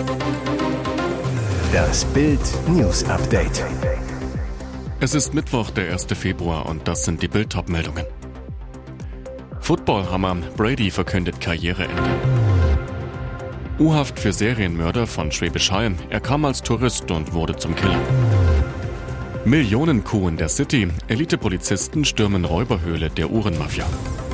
Das Bild News Update. Es ist Mittwoch, der 1. Februar und das sind die Bild-Top-Meldungen. Footballhammer, Brady verkündet Karriereende. U-Haft für Serienmörder von Schwäbisch Hall. Er kam als Tourist und wurde zum Killer. Millionen-Coup in der City. Elite-Polizisten stürmen Räuberhöhle der Uhrenmafia.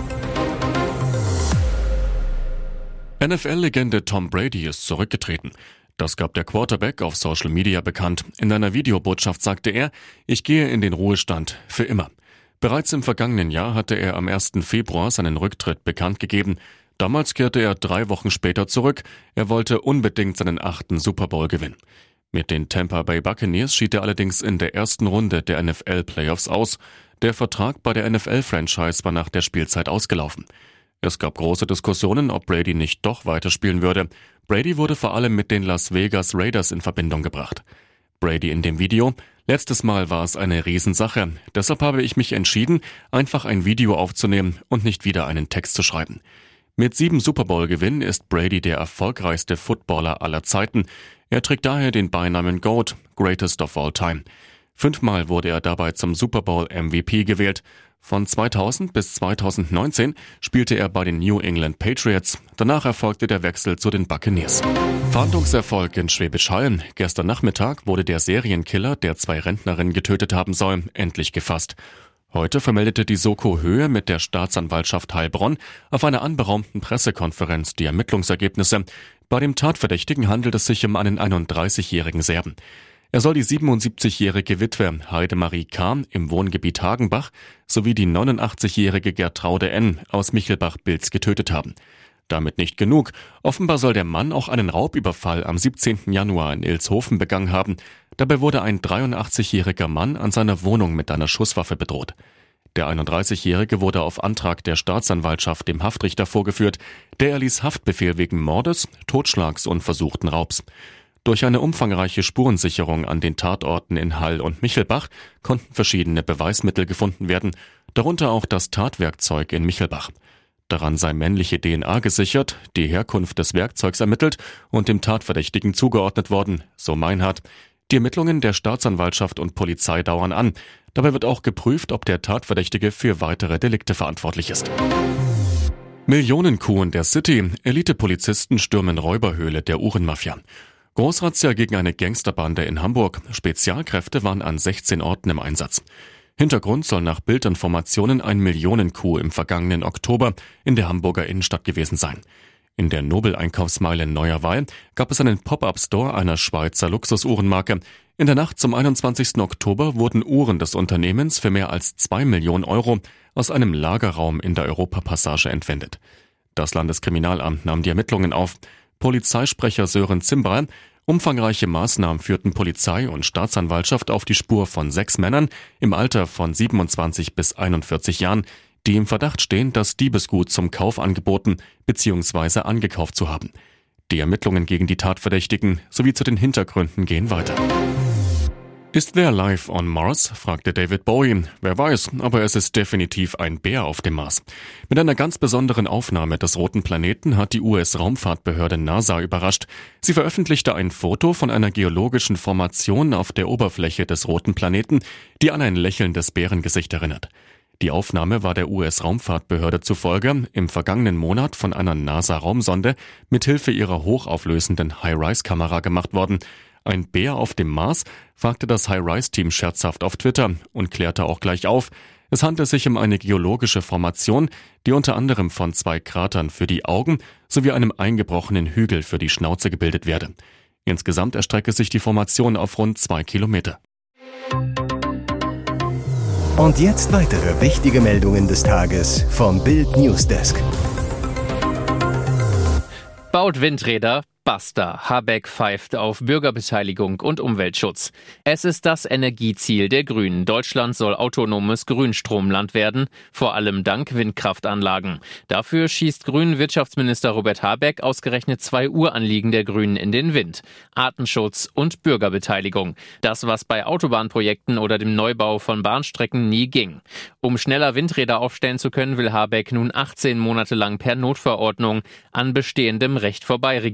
NFL-Legende Tom Brady ist zurückgetreten. Das gab der Quarterback auf Social Media bekannt. In einer Videobotschaft sagte er, ich gehe in den Ruhestand, für immer. Bereits im vergangenen Jahr hatte er am 1. Februar seinen Rücktritt bekannt gegeben. Damals kehrte er 3 Wochen später zurück. Er wollte unbedingt seinen 8. Super Bowl gewinnen. Mit den Tampa Bay Buccaneers schied er allerdings in der ersten Runde der NFL-Playoffs aus. Der Vertrag bei der NFL-Franchise war nach der Spielzeit ausgelaufen. Es gab große Diskussionen, ob Brady nicht doch weiterspielen würde. Brady wurde vor allem mit den Las Vegas Raiders in Verbindung gebracht. Brady in dem Video: Letztes Mal war es eine Riesensache. Deshalb habe ich mich entschieden, einfach ein Video aufzunehmen und nicht wieder einen Text zu schreiben. Mit 7 Super Bowl-Gewinnen ist Brady der erfolgreichste Footballer aller Zeiten. Er trägt daher den Beinamen GOAT, Greatest of All Time. 5-mal wurde er dabei zum Super Bowl MVP gewählt. Von 2000 bis 2019 spielte er bei den New England Patriots. Danach erfolgte der Wechsel zu den Buccaneers. Fahndungserfolg in Schwäbisch Hall. Gestern Nachmittag wurde der Serienkiller, der 2 Rentnerinnen getötet haben soll, endlich gefasst. Heute vermeldete die Soko Höhe mit der Staatsanwaltschaft Heilbronn auf einer anberaumten Pressekonferenz die Ermittlungsergebnisse. Bei dem Tatverdächtigen handelt es sich um einen 31-jährigen Serben. Er soll die 77-jährige Witwe Heidemarie K. im Wohngebiet Hagenbach sowie die 89-jährige Gertraude N. aus Michelbach-Bilz getötet haben. Damit nicht genug. Offenbar soll der Mann auch einen Raubüberfall am 17. Januar in Ilshofen begangen haben. Dabei wurde ein 83-jähriger Mann an seiner Wohnung mit einer Schusswaffe bedroht. Der 31-Jährige wurde auf Antrag der Staatsanwaltschaft dem Haftrichter vorgeführt. Der erließ Haftbefehl wegen Mordes, Totschlags und versuchten Raubs. Durch eine umfangreiche Spurensicherung an den Tatorten in Hall und Michelbach konnten verschiedene Beweismittel gefunden werden, darunter auch das Tatwerkzeug in Michelbach. Daran sei männliche DNA gesichert, die Herkunft des Werkzeugs ermittelt und dem Tatverdächtigen zugeordnet worden, so Meinhardt. Die Ermittlungen der Staatsanwaltschaft und Polizei dauern an. Dabei wird auch geprüft, ob der Tatverdächtige für weitere Delikte verantwortlich ist. Millionen-Coup in der City. Elite-Polizisten stürmen Räuberhöhle der Uhrenmafia. Großrazzia gegen eine Gangsterbande in Hamburg. Spezialkräfte waren an 16 Orten im Einsatz. Hintergrund soll nach Bildinformationen ein Millionen-Coup im vergangenen Oktober in der Hamburger Innenstadt gewesen sein. In der Nobel-Einkaufsmeile Neuerwall gab es einen Pop-up-Store einer Schweizer Luxusuhrenmarke. In der Nacht zum 21. Oktober wurden Uhren des Unternehmens für mehr als 2 Millionen Euro aus einem Lagerraum in der Europapassage entwendet. Das Landeskriminalamt nahm die Ermittlungen auf. Polizeisprecher Sören Zimbrey: Umfangreiche Maßnahmen führten Polizei und Staatsanwaltschaft auf die Spur von 6 Männern im Alter von 27 bis 41 Jahren, die im Verdacht stehen, das Diebesgut zum Kauf angeboten bzw. angekauft zu haben. Die Ermittlungen gegen die Tatverdächtigen sowie zu den Hintergründen gehen weiter. Ist there life on Mars? Fragte David Bowie. Wer weiß, aber es ist definitiv ein Bär auf dem Mars. Mit einer ganz besonderen Aufnahme des roten Planeten hat die US-Raumfahrtbehörde NASA überrascht. Sie veröffentlichte ein Foto von einer geologischen Formation auf der Oberfläche des roten Planeten, die an ein lächelndes Bärengesicht erinnert. Die Aufnahme war der US-Raumfahrtbehörde zufolge im vergangenen Monat von einer NASA-Raumsonde mithilfe ihrer hochauflösenden High-Rise-Kamera gemacht worden. Ein Bär auf dem Mars, fragte das High-Rise-Team scherzhaft auf Twitter und klärte auch gleich auf. Es handelt sich um eine geologische Formation, die unter anderem von 2 Kratern für die Augen sowie einem eingebrochenen Hügel für die Schnauze gebildet werde. Insgesamt erstrecke sich die Formation auf rund 2 Kilometer. Und jetzt weitere wichtige Meldungen des Tages vom Bild Newsdesk. Baut Windräder, basta. Habeck pfeift auf Bürgerbeteiligung und Umweltschutz. Es ist das Energieziel der Grünen. Deutschland soll autonomes Grünstromland werden, vor allem dank Windkraftanlagen. Dafür schießt Grünen-Wirtschaftsminister Robert Habeck ausgerechnet 2 Uranliegen der Grünen in den Wind: Artenschutz und Bürgerbeteiligung. Das, was bei Autobahnprojekten oder dem Neubau von Bahnstrecken nie ging. Um schneller Windräder aufstellen zu können, will Habeck nun 18 Monate lang per Notverordnung an bestehendem Recht vorbei regieren.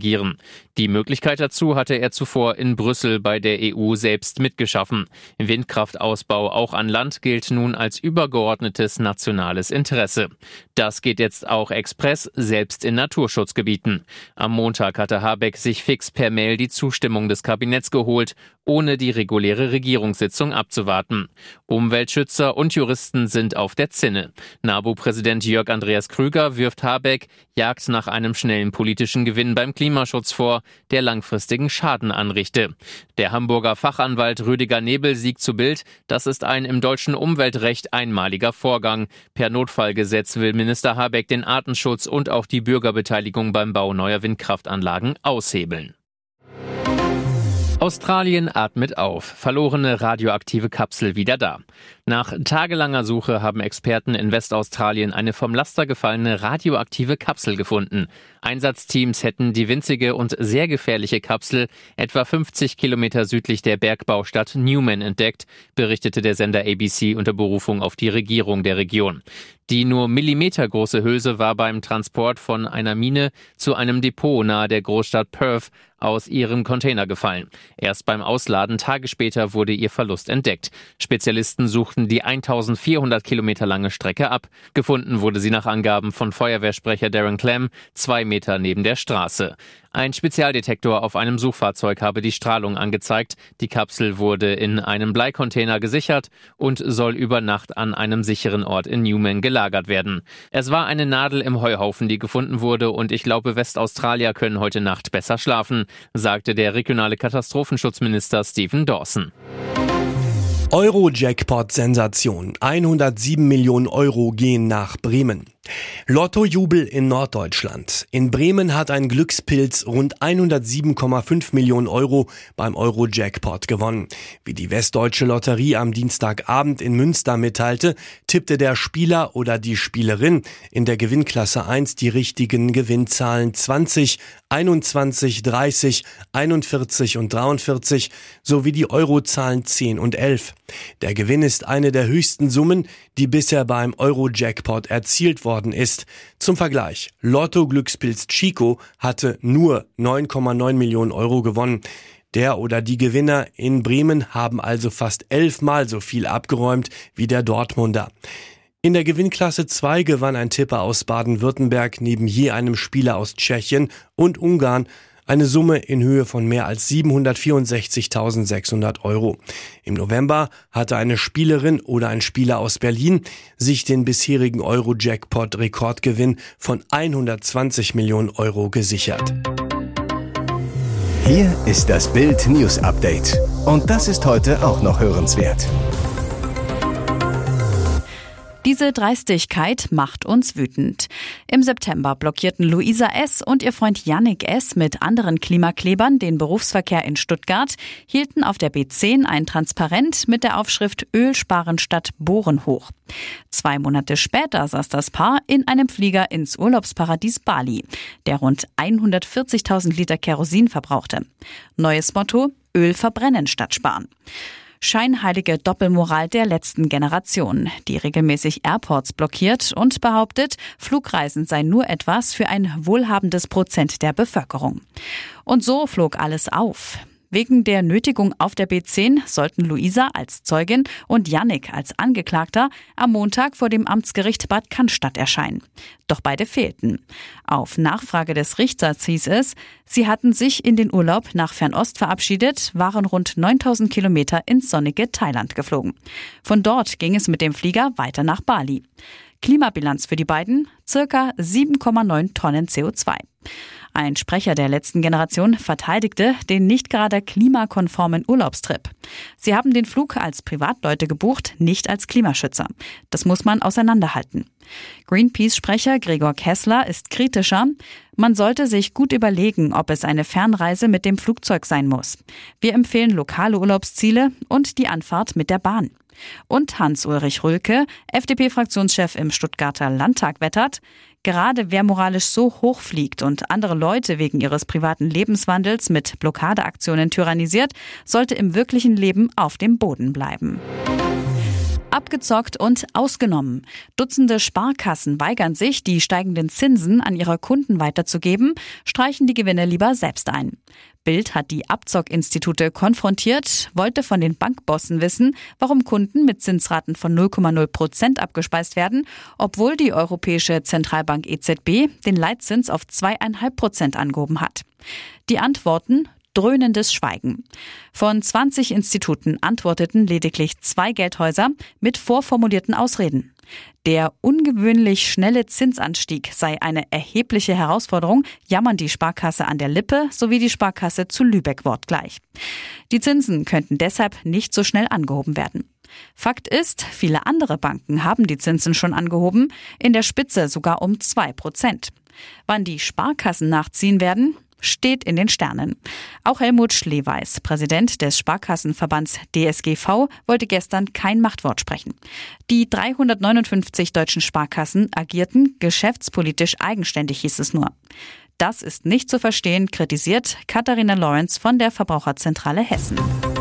Die Möglichkeit dazu hatte er zuvor in Brüssel bei der EU selbst mitgeschaffen. Windkraftausbau auch an Land gilt nun als übergeordnetes nationales Interesse. Das geht jetzt auch express, selbst in Naturschutzgebieten. Am Montag hatte Habeck sich fix per Mail die Zustimmung des Kabinetts geholt, ohne die reguläre Regierungssitzung abzuwarten. Umweltschützer und Juristen sind auf der Zinne. NABU-Präsident Jörg Andreas Krüger wirft Habeck Jagd nach einem schnellen politischen Gewinn beim Klimaschutz vor, der langfristigen Schaden anrichte. Der Hamburger Fachanwalt Rüdiger Nebel siegt zu Bild, das ist ein im deutschen Umweltrecht einmaliger Vorgang. Per Notfallgesetz will Minister Habeck den Artenschutz und auch die Bürgerbeteiligung beim Bau neuer Windkraftanlagen aushebeln. Australien atmet auf. Verlorene radioaktive Kapsel wieder da. Nach tagelanger Suche haben Experten in Westaustralien eine vom Laster gefallene radioaktive Kapsel gefunden. Einsatzteams hätten die winzige und sehr gefährliche Kapsel etwa 50 Kilometer südlich der Bergbaustadt Newman entdeckt, berichtete der Sender ABC unter Berufung auf die Regierung der Region. Die nur millimetergroße Hülse war beim Transport von einer Mine zu einem Depot nahe der Großstadt Perth aus ihrem Container gefallen. Erst beim Ausladen Tage später wurde ihr Verlust entdeckt. Spezialisten suchten die 1400 Kilometer lange Strecke ab. Gefunden wurde sie nach Angaben von Feuerwehrsprecher Darren Clem 2 Meter neben der Straße. Ein Spezialdetektor auf einem Suchfahrzeug habe die Strahlung angezeigt. Die Kapsel wurde in einem Bleicontainer gesichert und soll über Nacht an einem sicheren Ort in Newman gelagert werden. Es war eine Nadel im Heuhaufen, die gefunden wurde, und ich glaube, Westaustralier können heute Nacht besser schlafen, sagte der regionale Katastrophenschutzminister Stephen Dawson. Euro-Jackpot-Sensation. 107 Millionen Euro gehen nach Bremen. Lottojubel in Norddeutschland. In Bremen hat ein Glückspilz rund 107,5 Millionen Euro beim Euro-Jackpot gewonnen. Wie die Westdeutsche Lotterie am Dienstagabend in Münster mitteilte, tippte der Spieler oder die Spielerin in der Gewinnklasse 1 die richtigen Gewinnzahlen 20, 21, 30, 41 und 43 sowie die Eurozahlen 10 und 11. Der Gewinn ist eine der höchsten Summen, die bisher beim Euro-Jackpot erzielt worden ist. Zum Vergleich, Lotto-Glückspilz Chico hatte nur 9,9 Millionen Euro gewonnen. Der oder die Gewinner in Bremen haben also fast 11-mal so viel abgeräumt wie der Dortmunder. In der Gewinnklasse 2 gewann ein Tipper aus Baden-Württemberg neben je einem Spieler aus Tschechien und Ungarn eine Summe in Höhe von mehr als 764.600 Euro. Im November hatte eine Spielerin oder ein Spieler aus Berlin sich den bisherigen Euro-Jackpot-Rekordgewinn von 120 Millionen Euro gesichert. Hier ist das Bild News Update. Und das ist heute auch noch hörenswert. Diese Dreistigkeit macht uns wütend. Im September blockierten Luisa S. und ihr Freund Yannick S. mit anderen Klimaklebern den Berufsverkehr in Stuttgart, hielten auf der B10 ein Transparent mit der Aufschrift Öl sparen statt Bohren hoch. 2 Monate später saß das Paar in einem Flieger ins Urlaubsparadies Bali, der rund 140.000 Liter Kerosin verbrauchte. Neues Motto: Öl verbrennen statt sparen. Scheinheilige Doppelmoral der letzten Generation, die regelmäßig Airports blockiert und behauptet, Flugreisen seien nur etwas für ein wohlhabendes Prozent der Bevölkerung. Und so flog alles auf. Wegen der Nötigung auf der B10 sollten Luisa als Zeugin und Yannick als Angeklagter am Montag vor dem Amtsgericht Bad Cannstatt erscheinen. Doch beide fehlten. Auf Nachfrage des Richters hieß es, sie hatten sich in den Urlaub nach Fernost verabschiedet, waren rund 9.000 Kilometer ins sonnige Thailand geflogen. Von dort ging es mit dem Flieger weiter nach Bali. Klimabilanz für die beiden: circa 7,9 Tonnen CO2. Ein Sprecher der letzten Generation verteidigte den nicht gerade klimakonformen Urlaubstrip. Sie haben den Flug als Privatleute gebucht, nicht als Klimaschützer. Das muss man auseinanderhalten. Greenpeace-Sprecher Gregor Kessler ist kritischer. Man sollte sich gut überlegen, ob es eine Fernreise mit dem Flugzeug sein muss. Wir empfehlen lokale Urlaubsziele und die Anfahrt mit der Bahn. Und Hans-Ulrich Rülke, FDP-Fraktionschef im Stuttgarter Landtag, wettert: Gerade wer moralisch so hoch fliegt und andere Leute wegen ihres privaten Lebenswandels mit Blockadeaktionen tyrannisiert, sollte im wirklichen Leben auf dem Boden bleiben. Abgezockt und ausgenommen. Dutzende Sparkassen weigern sich, die steigenden Zinsen an ihre Kunden weiterzugeben, streichen die Gewinne lieber selbst ein. Bild hat die Abzockinstitute konfrontiert, wollte von den Bankbossen wissen, warum Kunden mit Zinsraten von 0,0% abgespeist werden, obwohl die Europäische Zentralbank EZB den Leitzins auf 2,5% angehoben hat. Die Antworten: dröhnendes Schweigen. Von 20 Instituten antworteten lediglich 2 Geldhäuser mit vorformulierten Ausreden. Der ungewöhnlich schnelle Zinsanstieg sei eine erhebliche Herausforderung, jammern die Sparkasse an der Lippe sowie die Sparkasse zu Lübeck wortgleich. Die Zinsen könnten deshalb nicht so schnell angehoben werden. Fakt ist, viele andere Banken haben die Zinsen schon angehoben, in der Spitze sogar um 2%. Wann die Sparkassen nachziehen werden, steht in den Sternen. Auch Helmut Schleweis, Präsident des Sparkassenverbands DSGV, wollte gestern kein Machtwort sprechen. Die 359 deutschen Sparkassen agierten geschäftspolitisch eigenständig, hieß es nur. Das ist nicht zu verstehen, kritisiert Katharina Lorenz von der Verbraucherzentrale Hessen.